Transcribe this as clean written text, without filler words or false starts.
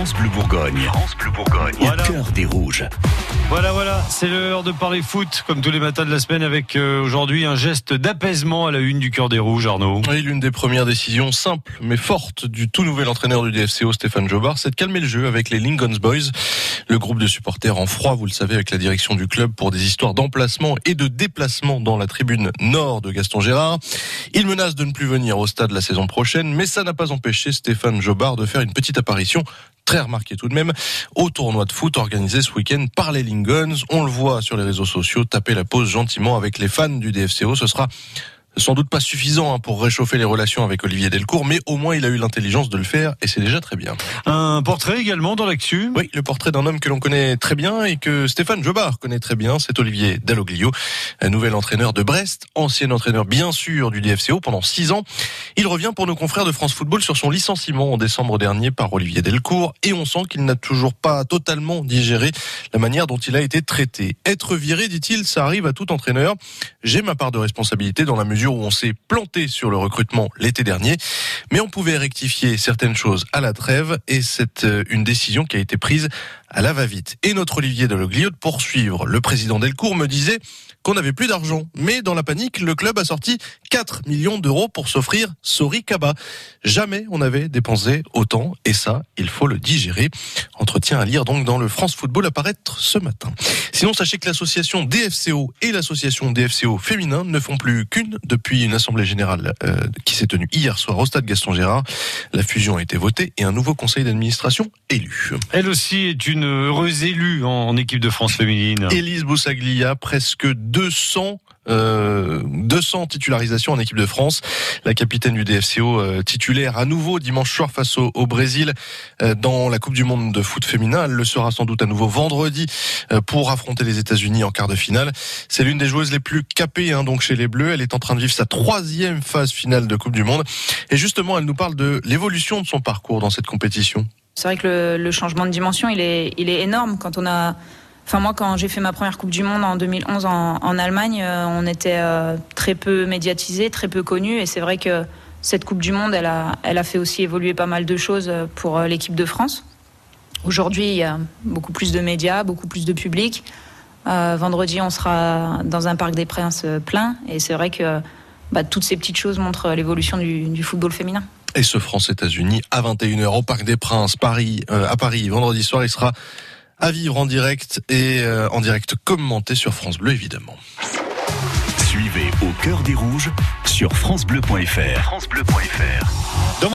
France Bleu Bourgogne. France Bleu Bourgogne. Voilà. Au cœur des Rouges. Voilà, c'est l'heure de parler foot, comme tous les matins de la semaine, avec aujourd'hui un geste d'apaisement à la une du Cœur des Rouges, Arnaud. Oui, l'une des premières décisions simples mais fortes du tout nouvel entraîneur du DFCO, Stéphane Jobard, c'est de calmer le jeu avec les Lincoln Boys, le groupe de supporters en froid, vous le savez, avec la direction du club pour des histoires d'emplacement et de déplacement dans la tribune nord de Gaston Gérard. Il menace de ne plus venir au stade la saison prochaine, mais ça n'a pas empêché Stéphane Jobard de faire une petite apparition très remarqué tout de même, au tournoi de foot organisé ce week-end par les Lincolns. On le voit sur les réseaux sociaux, taper la pause gentiment avec les fans du DFCO. Ce sera sans doute pas suffisant pour réchauffer les relations avec Olivier Delcourt, mais au moins il a eu l'intelligence de le faire et c'est déjà très bien. Un portrait également dans l'actu. Oui, le portrait d'un homme que l'on connaît très bien et que Stéphane Jobard connaît très bien, c'est Olivier Dalloglio, un nouvel entraîneur de Brest, ancien entraîneur bien sûr du DFCO pendant 6 ans. Il revient pour nos confrères de France Football sur son licenciement en décembre dernier par Olivier Delcourt et on sent qu'il n'a toujours pas totalement digéré la manière dont il a été traité. Être viré, dit-il, ça arrive à tout entraîneur. J'ai ma part de responsabilité dans la mesure où on s'est planté sur le recrutement l'été dernier, mais on pouvait rectifier certaines choses à la trêve et c'est une décision qui a été prise à la va-vite. Et notre Olivier Dalloglio, de poursuivre, le président Delcourt me disait qu'on n'avait plus d'argent, mais dans la panique, le club a sorti 4 millions d'euros pour s'offrir Sori Kaba. Jamais on avait dépensé autant, et ça, il faut le digérer. Entretien à lire donc dans le France Football à paraître ce matin. Sinon, sachez que l'association DFCO et l'association DFCO féminin ne font plus qu'une depuis une assemblée générale qui s'est tenue hier soir au stade Gaston Gérard. La fusion a été votée et un nouveau conseil d'administration élu. Elle aussi est une heureuse élue en équipe de France féminine. Élise Boussaglia, presque 200 titularisations en équipe de France. La capitaine du DFCO titulaire à nouveau dimanche soir face au Brésil dans la Coupe du Monde de foot féminin. Elle le sera sans doute à nouveau vendredi pour affronter les États-Unis en quart de finale. C'est l'une des joueuses les plus capées donc chez les Bleus. Elle est en train de vivre sa 3e phase finale de Coupe du Monde. Et justement, elle nous parle de l'évolution de son parcours dans cette compétition. C'est vrai que le changement de dimension, il est énorme. Moi, quand j'ai fait ma première Coupe du Monde en 2011 en Allemagne, on était très peu médiatisé, très peu connu. Et c'est vrai que cette Coupe du Monde, elle a fait aussi évoluer pas mal de choses pour l'équipe de France. Aujourd'hui, il y a beaucoup plus de médias, beaucoup plus de public. Vendredi, on sera dans un Parc des Princes plein. Et c'est vrai que toutes ces petites choses montrent l'évolution du football féminin. Et ce France-États-Unis à 21h au Parc des Princes, à Paris, vendredi soir, il sera à vivre en direct et en direct commenté sur France Bleu, évidemment. Suivez Au cœur des Rouges sur francebleu.fr. francebleu.fr.